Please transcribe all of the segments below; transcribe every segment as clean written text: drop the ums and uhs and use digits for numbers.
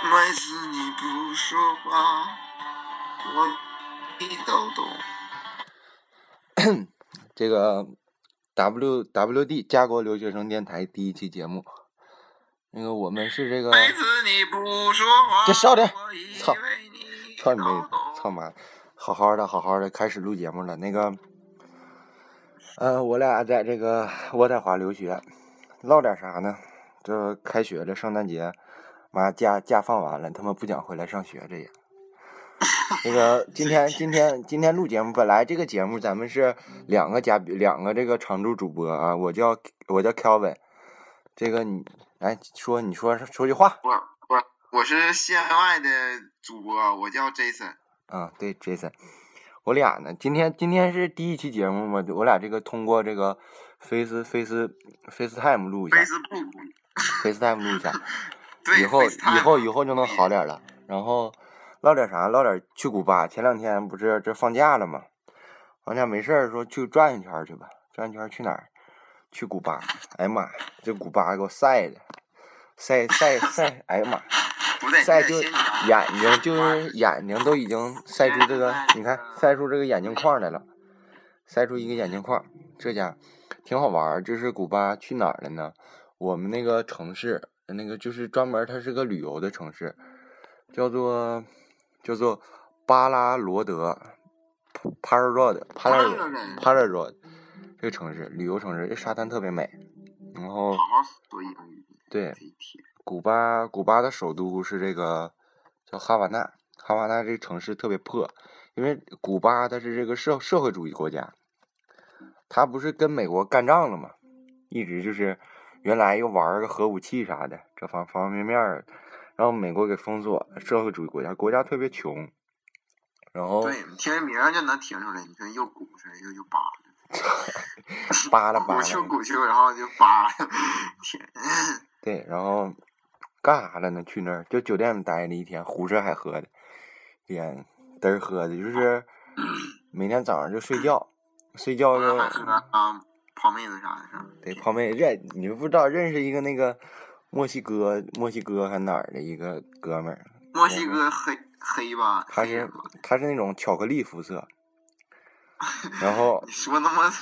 每次你不说话，我一都懂。 这个 WD 家国留学生电台第一期节目，那个我们是这个。 每次你不说话， 这少点， 操你妹，操妈，好好的开始录节目了。那个，我俩在这个渥太华留学，唠点啥呢？这开学了，圣诞节，妈假放完了，他们不想回来上学这也。那个今天录节目，本来这个节目咱们是两个这个常驻主播啊，我叫 Kelvin， 这个你来说句话。 我是县外的主播，我叫 Jason。 啊，对 Jason， 我俩呢，今天是第一期节目嘛，我俩这个通过这个 FaceTime 录一下 ，FaceTime 录一下，以后就能好点了。然后唠点啥？唠点去古巴。前两天不是这放假了吗？放假没事儿说去转一圈去吧。转一圈去哪儿？去古巴。哎呀妈，这古巴给我晒的，晒！哎呀妈，晒就眼睛都已经晒出这个，你看晒出这个眼镜框来了，晒出一个眼镜框，这家挺好玩。这是古巴去哪儿了呢？我们那个城市，那个就是专门它是个旅游的城市，叫做巴拉罗德 Pararod 这个城市，旅游城市，这沙滩特别美。然后好好说英语。 对，古巴的首都是这个叫哈瓦那这个城市特别破，因为古巴它是这个社会主义国家，它不是跟美国干仗了吗？一直就是原来又玩个核武器啥的，这方方面面，然后美国给封锁，社会主义国家特别穷，然后对，听这名就能听出来，你看又鼓似的，又扒了， 鼓秋，然后就扒，天。 对，然后干啥了呢？去那儿就酒店里待了一天，胡吃海喝的，天嘚儿喝的，就是每天早上就睡觉就泡妹子啥的是吧？ 对，泡妹你不知道认识一个那个墨西哥还哪儿的一个哥们儿？ 墨西哥黑吧？ 他是那种巧克力肤色。然后说那么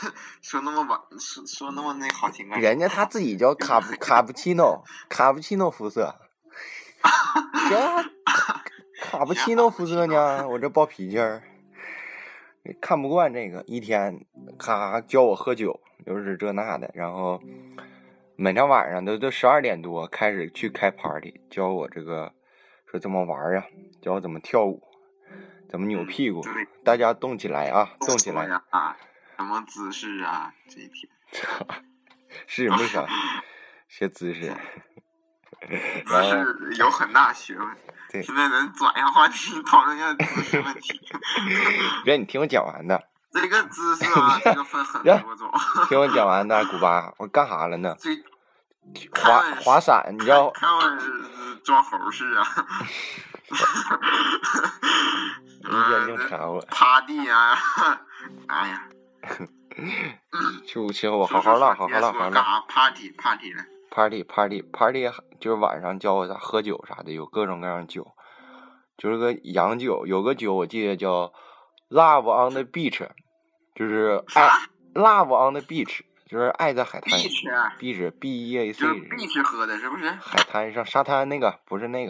那好听啊！ 人家他自己叫卡布奇诺肤色，这卡布奇诺肤色呢？我这暴脾气儿，看不惯这个，一天咔教我喝酒，又是这那的，然后每天晚上都12点多开始去开 party， 教我这个说怎么玩啊，教我怎么跳舞。怎么扭屁股？大家动起来啊！动起来啊！什么姿势啊？这一天是没啥学姿势， 姿势有很大学问。 对， 现在咱转一下话题，讨论一下姿势问题。 别，你听我讲完的。 这个姿势啊，这个分很多种。 听我讲完的，古巴，我干啥了呢？滑伞，你知道？ 看我装猴似啊！ 一边就查我趴地啊！哎呀， 去我好好唠。party 就是晚上教我咋喝酒啥的，有各种各样的酒，就是个洋酒，有个酒我记得叫 Love on the Beach， 就是Love on the Beach， 就是爱在海滩。Beach BEAC， 就是 beach 喝的是不是？ 海滩上沙滩那个不是那个。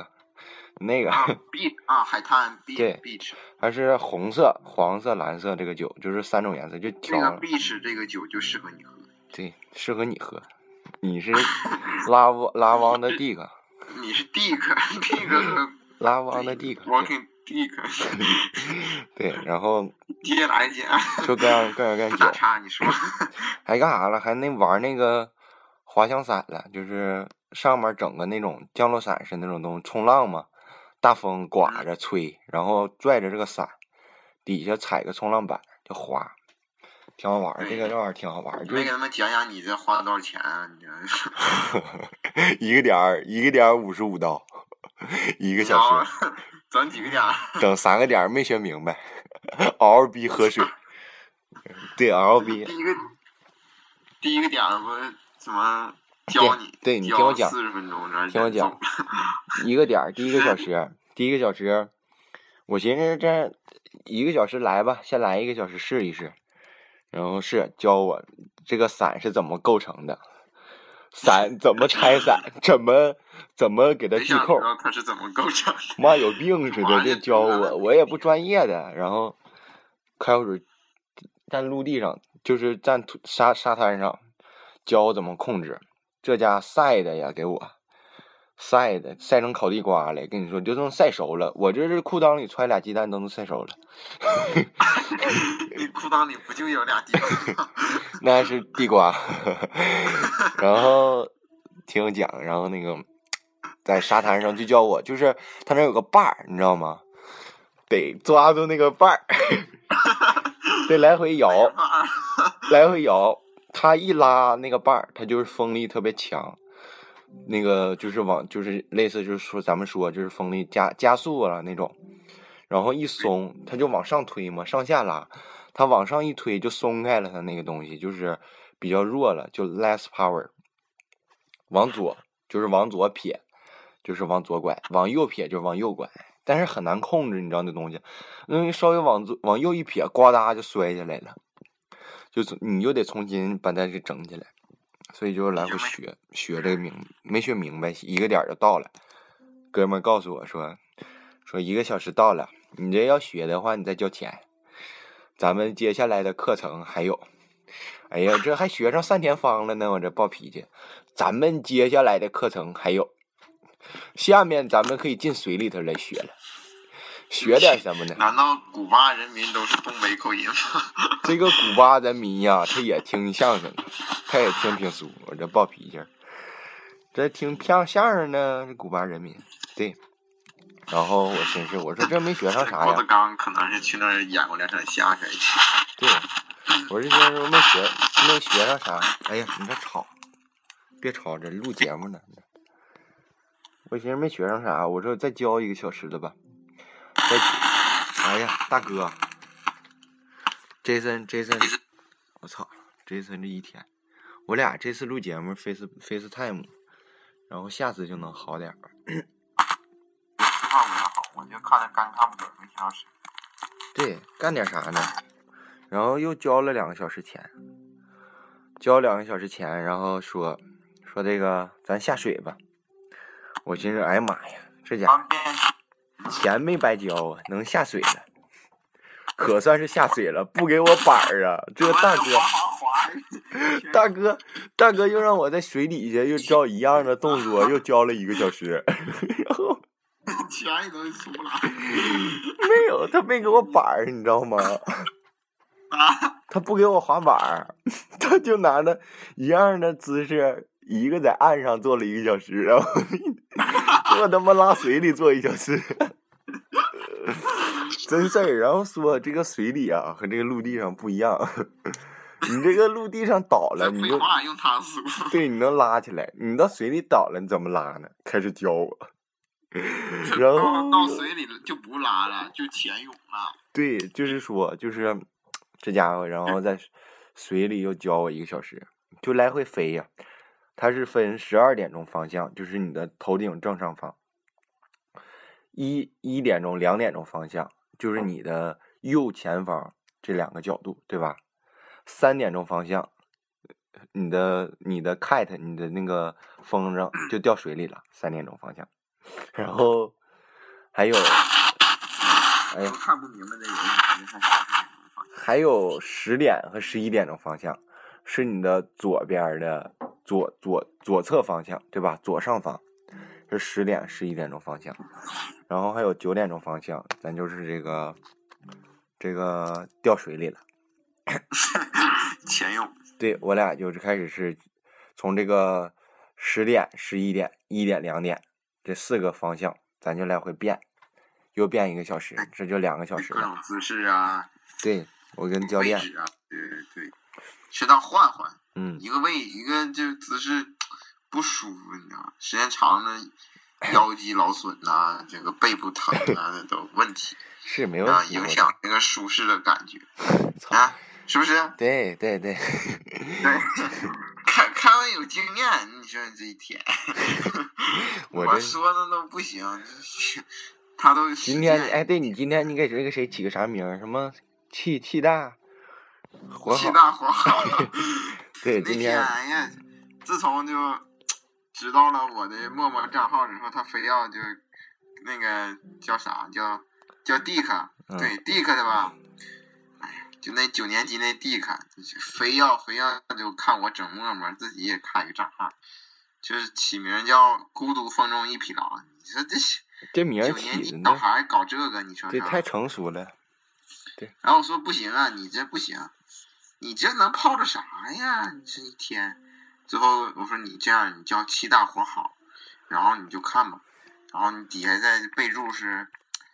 海滩 beach， 还是红色、黄色、蓝色这个酒，就是3种颜色就挑了。 这个 beach 这个酒就适合你喝。 对，适合你喝。你是Love on the Dick。 你是 Dick 和 Love on the Dick。Walking Dick。 对，然后接来接。 就各样酒。 不打岔，你说。 还干啥了？还玩那个滑翔伞了，就是上面整个那种降落伞是那种东西，冲浪嘛。大风刮着吹，然后拽着这个伞，底下踩个冲浪板就滑，挺好玩。这个玩意儿挺好玩。 没给他们讲讲你这花了多少钱啊？你一个点55刀，1个小时。 整几个点？ 整3个点没学明白，嗷嗷逼喝水。对，嗷嗷逼。 第一个点不怎么教你， 对你听我讲 ，40分钟， 听我讲，一个点儿，第一个小时，我寻思这1个小时来吧，先来1个小时试一试，然后教我这个伞是怎么构成的，伞怎么拆伞，怎么给它系扣， 它是怎么构成的？ 妈有病似的，这教我也不专业的，然后开会站陆地上，就是站沙滩上，教我怎么控制，这家晒的呀，给我晒成烤地瓜了，跟你说就能晒熟了，我这是裤裆里揣俩鸡蛋都能晒熟了。 你裤裆里不就有俩地瓜？ 那是地瓜。然后听我讲，然后那个在沙滩上就教我，就是他那有个把儿，你知道吗？得抓住那个把儿，得来回摇，他一拉那个把儿，他就是风力特别强。那个就是类似就是说咱们说就是风力加速了那种，然后一松它就往上推嘛，上下拉，它往上一推就松开了，它那个东西就是比较弱了，就 less power。往左就是往左撇，就是往左拐；往右撇就是往右拐，但是很难控制，你知道那东西，因为稍微往右一撇，呱嗒就摔下来了，你就得重新把它给整起来。所以就来回学这个没学明白，1个点就到了。哥们告诉我说1个小时到了，你这要学的话，你再交钱。咱们接下来的课程还有，哎呀，这还学上3天方了呢，我这暴脾气。咱们接下来的课程还有，下面咱们可以进水里头来学了。学点什么呢？ 难道古巴人民都是东北口音吗？ 这个古巴人民呀，他也听相声，他也听评书。我这暴脾气，这听相声呢，是古巴人民。对，然后我寻思，我说这没学上啥呀？ 郭德纲可能是去那儿演过2场相声。 对，我是寻思没学上啥。哎呀，你这吵，别吵，这录节目呢。我寻思没学上啥，我说再教1个小时的吧。哎呀，大哥 ，Jason， 我操 ，Jason 这一天，我俩这次录节目 FaceTime， 然后下次就能好点儿。 吃饭不太好，我就看着干看不懂，没听到声。 对，干点啥呢？然后又交了2个小时钱，交2个小时钱，然后说这个咱下水吧。我寻思，哎呀妈呀，这家伙钱没白交啊，能下水了，可算是下水了，不给我板儿啊！这大哥又让我在水底下又教一样的动作，又教了1个小时，然后钱你都出了？ 没有，他没给我板儿，你知道吗？他不给我滑板儿，他就拿着一样的姿势，一个在岸上做了1个小时，然后我他妈拉水里做1小时。真事儿，然后说这个水里啊和这个陆地上不一样，你这个陆地上倒了，你就用它说， 对，你能拉起来，你到水里倒了，你怎么拉呢？开始教我，然后到水里就不拉了，就潜泳了。 对，就是说，就是这家伙，然后在水里又教我1个小时，就来回飞呀。它是分12点钟方向，就是你的头顶正上方。1点钟、2点钟方向，就是你的右前方这2个角度，对吧？3点钟方向，你的 kite， 你的那个风筝就掉水里了。3点钟方向，然后还有，哎呀， 看不明白这还有10点和11点钟方向，是你的左边的左侧方向，对吧？左上方。是10点、11点钟方向，然后还有9点钟方向，咱就是这个掉水里了。 潜泳。 对，我俩就是开始是从这个10点、11点、1点、2点这4个方向，咱就来回变，又变1个小时，这就2个小时了。 各种姿势啊。 对，我跟教练。 位置啊，对，适当换换。一个就姿势不舒服，你知道吗？时间长了，腰肌劳损呐，这个背部疼啊，那都有问题。 是没问题。 影响那个舒适的感觉啊，是不是？ 对。 对， 他们有经验，你说这一天，我说的都不行，他都今天哎，对你今天你给这个谁起个啥名？什么气大活好？ 气大活好。 对， 那天哎呀，自从就知道了我的陌陌账号之后，他非要就那个叫啥叫 Dick，对 Dick 的吧？哎呀，就那9年级那 Dick，非要就看我整陌陌，自己也开个账号，就是起名叫孤独风中一匹狼。你说这名 9年级小孩搞这个，你说这太成熟了。对。 然后我说不行啊，你这不行，你这能泡着啥呀？你这一天。最后我说你这样，你叫气大活好，然后你就看吧，然后你底下在备注是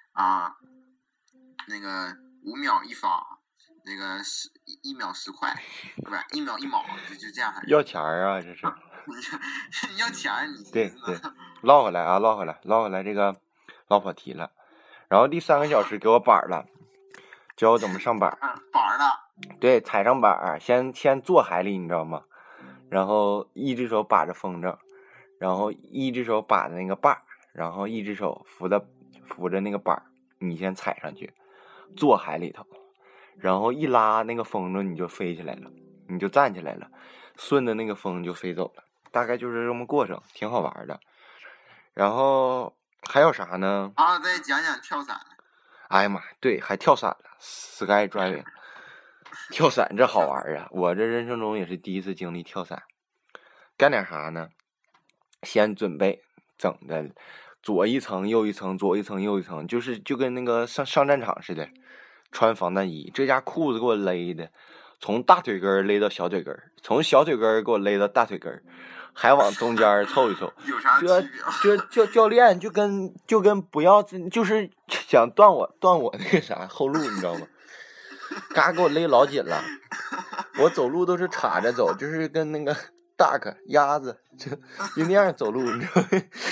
那个5秒1发，那个1秒10块，对吧？1秒1毛，就这样还是要钱啊？这是你要钱你对，唠回来这个老跑题了。然后第3个小时给我板了，教我怎么上板。 板了。 对，踩上板，先坐海里，你知道吗？然后一只手把着风筝，然后一只手把着那个把，然后一只手扶着那个板，你先踩上去，坐海里头，然后一拉那个风筝你就飞起来了，你就站起来了，顺着那个风就飞走了，大概就是这么过程，挺好玩的。然后还有啥呢？ 再讲讲跳伞。 哎呀妈，对，还跳伞了 ，Sky Driving。跳伞这好玩啊！我这人生中也是第一次经历跳伞。干点啥呢？先准备整的左一层右一层，左一层右一层，就跟那个上战场似的，穿防弹衣。这家裤子给我勒的，从大腿根勒到小腿根，从小腿根给我勒到大腿根，还往中间凑一凑。 有啥区别？ 这教练就跟不要，就是想断我那个啥后路，你知道吗？嘎给我勒老紧了，我走路都是叉着走，就是跟那个duck 鸭子就那样走路，你知道吗？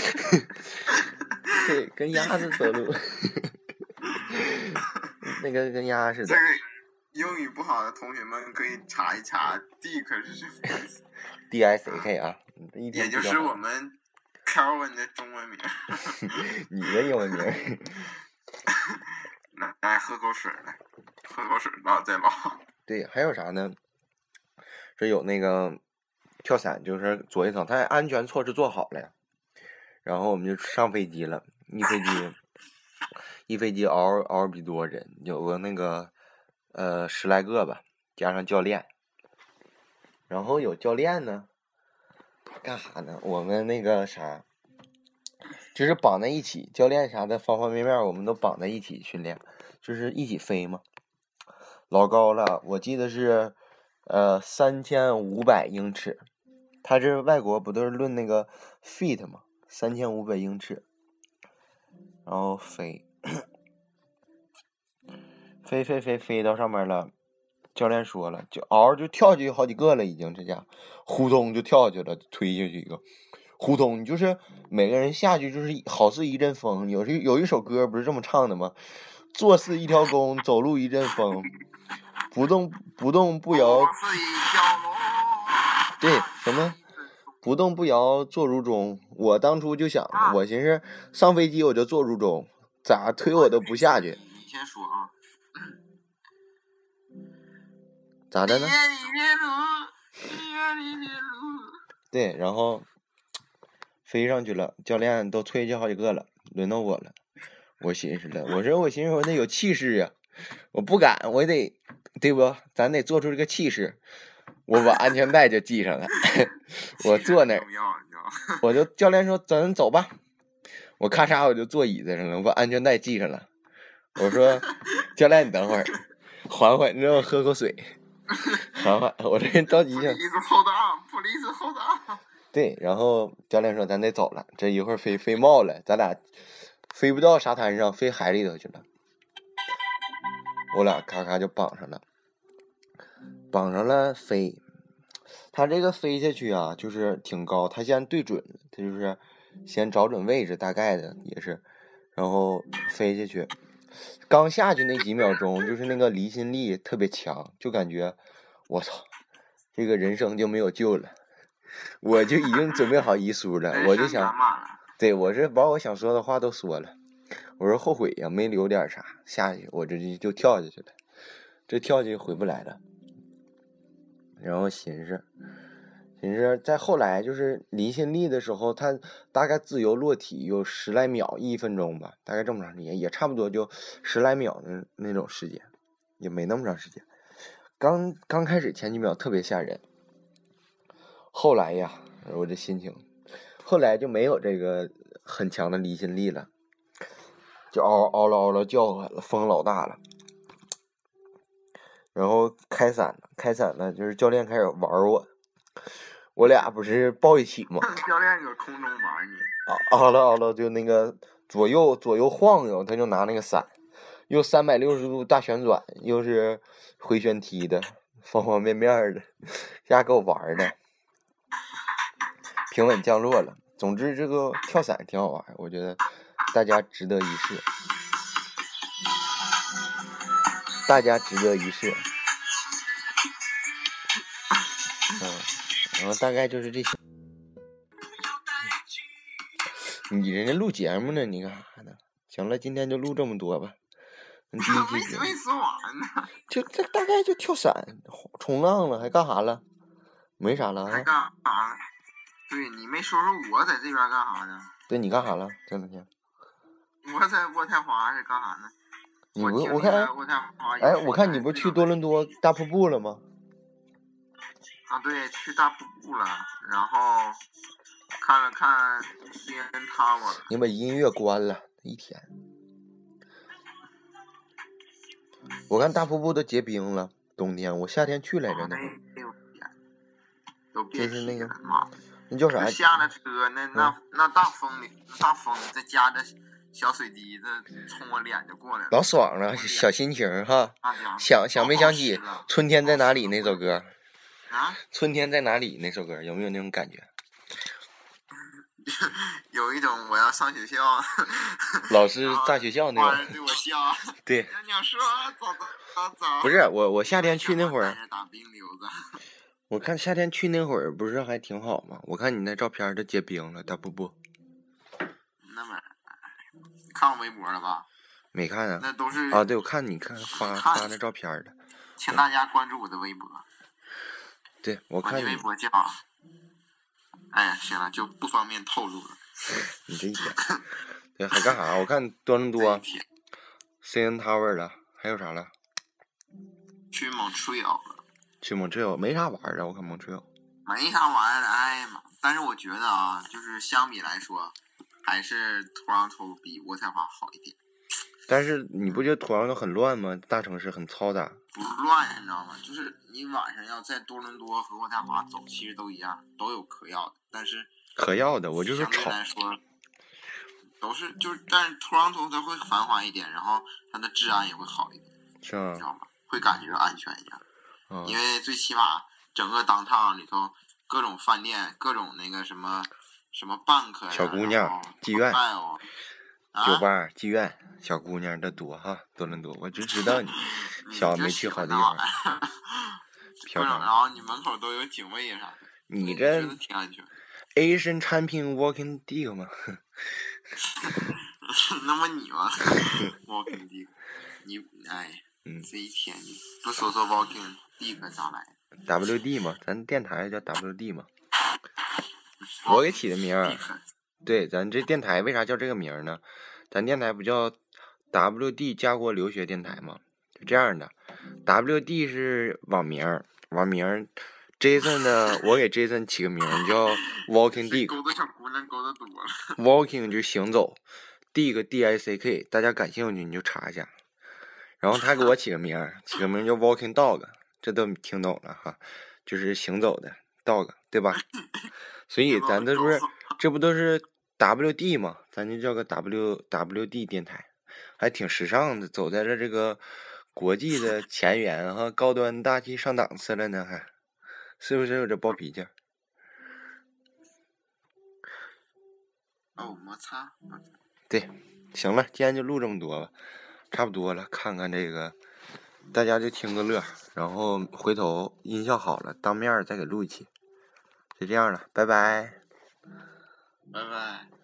对，跟鸭子走路，那个跟鸭似的。 这个英语不好的同学们可以查一查 ，Dick 是什么意思 ？DICK 啊， 也就是我们 Kelvin 的中文名。 你的英文名。 来喝口水，唠再唠。 对，还有啥呢？这有那个跳伞，就是左一层，它安全措施做好了，然后我们就上飞机了。一飞机嗷比多人，有个那个10来个吧，加上教练。然后有教练呢，干啥呢？我们那个啥，就是绑在一起，教练啥的方方面面我们都绑在一起训练，就是一起飞嘛。老高了，我记得是3500英尺，他这外国不都是论那个 feet 吗？3500英尺，然后飞到上面了。教练说了，就就跳下去好几个了，已经这家呼通就跳下去了，推下去一个呼通，就是每个人下去就是好似一阵风。有一首歌不是这么唱的吗？坐似一条弓，走路一阵风，不动不摇。对，什么不动不摇坐如钟。我当初就想，我寻思上飞机我就坐如钟，咋推我都不下去。 你先说啊。 咋的呢？对，然后飞上去了，教练都推下去好几个了，轮到我了。我寻思我得有气势啊，我不敢，我得对不？咱得做出这个气势。我把安全带就系上了，我坐那儿，我就教练说咱走吧，我咔嚓我就坐椅子上了，我把安全带系上了。我说教练你等会儿，缓缓，你让我喝口水。缓缓，我这人着急呀。 Please hold on。 对，然后教练说咱得走了，这一会儿飞冒了，咱俩飞不到沙滩上，飞海里头去了。我俩咔咔就绑上了飞。他这个飞下去啊，就是挺高，他先对准，他就是先找准位置，大概的也是，然后飞下去。刚下去那几秒钟，就是那个离心力特别强，就感觉我操，这个人生就没有救了。 我就已经准备好遗书了，我就想，对，我是把我想说的话都说了。我说后悔呀，没留点啥下去，我这就跳下去了，这跳下去回不来了。然后寻思再后来就是离心力的时候，它大概自由落体有10来秒，1分钟吧，大概这么长时间，也差不多就10来秒的那种时间，也没那么长时间。刚开始前几秒特别吓人，后来呀，我这心情，后来就没有这个很强的离心力了，就嗷了叫唤了，风老大了。然后开伞了，就是教练开始玩我俩不是抱一起吗？ 教练搁空中玩你。 嗷了就那个左右晃悠，他就拿那个伞，又360度大旋转，又是回旋踢的，方方面面的，瞎给我玩的。平稳降落了。总之这个跳伞挺好玩，我觉得大家值得一试。然后大概就是这些。你人家录节目呢，你干啥呢？行了，今天就录这么多吧。第一期没说完呢。 就这大概就跳伞、冲浪了，还干啥了？没啥了啊。 还干啥？对，你没说我在这边干啥呢？ 对，你干啥了？这两天。 我在渥太华是干啥呢？ 我看，哎，我看你不去多伦多大瀑布了吗？ 啊，对，去大瀑布了，然后看了看 CN Tower。 你把音乐关了一天。我看大瀑布都结冰了，冬天我夏天去来着呢。就是那个，那叫啥？ 下了车，那大风里，再夹着小水滴子冲我脸就过来了， 老爽了，小心情哈。想没想起《春天在哪里》那首歌？ 啊？ 春天在哪里那首歌有没有那种感觉？ 有一种我要上学校， 老师在学校那种。对我笑。 对。 你说走。 不是我夏天去那会儿。 打冰溜子。 我看夏天去那会儿不是还挺好吗？我看你那照片都结冰了，大瀑布。 那么，看我微博了吧？ 没看啊。 那都是啊，对，我看你发那照片的。 请大家关注我的微博。 对，我看你微博叫。哎呀，行了，就不方便透露了。 你这一天，对，还干啥？我看多伦多 CN Tower 了，还有啥了？ 去Montreal 了。 去Montreal没啥玩的，我看Montreal。 没啥玩的，哎呀妈！但是我觉得啊，就是相比来说，还是托朗托比渥太华好一点。 但是你不觉得托朗托很乱吗？大城市很嘈杂。 不乱，你知道吗？就是你晚上要在多伦多和渥太华走，其实都一样，都有嗑药的，但是嗑药的我就是吵。 来说，都是但是托朗托它会繁华一点，然后它的治安也会好一点， 是啊， 你知道吗？会感觉安全一点。因为最起码整个downtown里头各种饭店，各种那个什么 bank 小姑娘、妓院、酒吧、妓院，小姑娘的多哈，多伦多，我就知道你小没去好地方。漂亮。 然后你门口都有警卫啥的。 你这挺安全。 Asian 产品 Walking Dick 吗？ 那么你吗？Walking Dick， 你哎，这一天你不说 Walking Dick 咋来 ？WD 嘛，咱电台叫 WD 嘛。我给起的名儿。对，咱这电台为啥叫这个名呢？咱电台不叫 WD 家国留学电台吗？就这样的 ，WD 是网名 ，Jason 呢，我给 Jason 起个名叫 Walking Dick。 勾搭小姑娘勾搭多了。 Walking 就行走 ，Dick D-I-C-K， 大家感兴趣你就查一下。然后他给我起个名叫 Walking Dog， 这都听懂了哈，就是行走的 dog， 对吧？所以咱这不都是 WD 嘛，咱就叫个 WD 电台，还挺时尚的，走在这个国际的前沿哈，高端大气上档次了呢，还是不是有这暴脾气？ 哦，摩擦。 对，行了，今天就录这么多吧，差不多了，看看这个，大家就听个乐，然后回头音效好了，当面再给录一期。 就这样了，拜拜。 拜拜。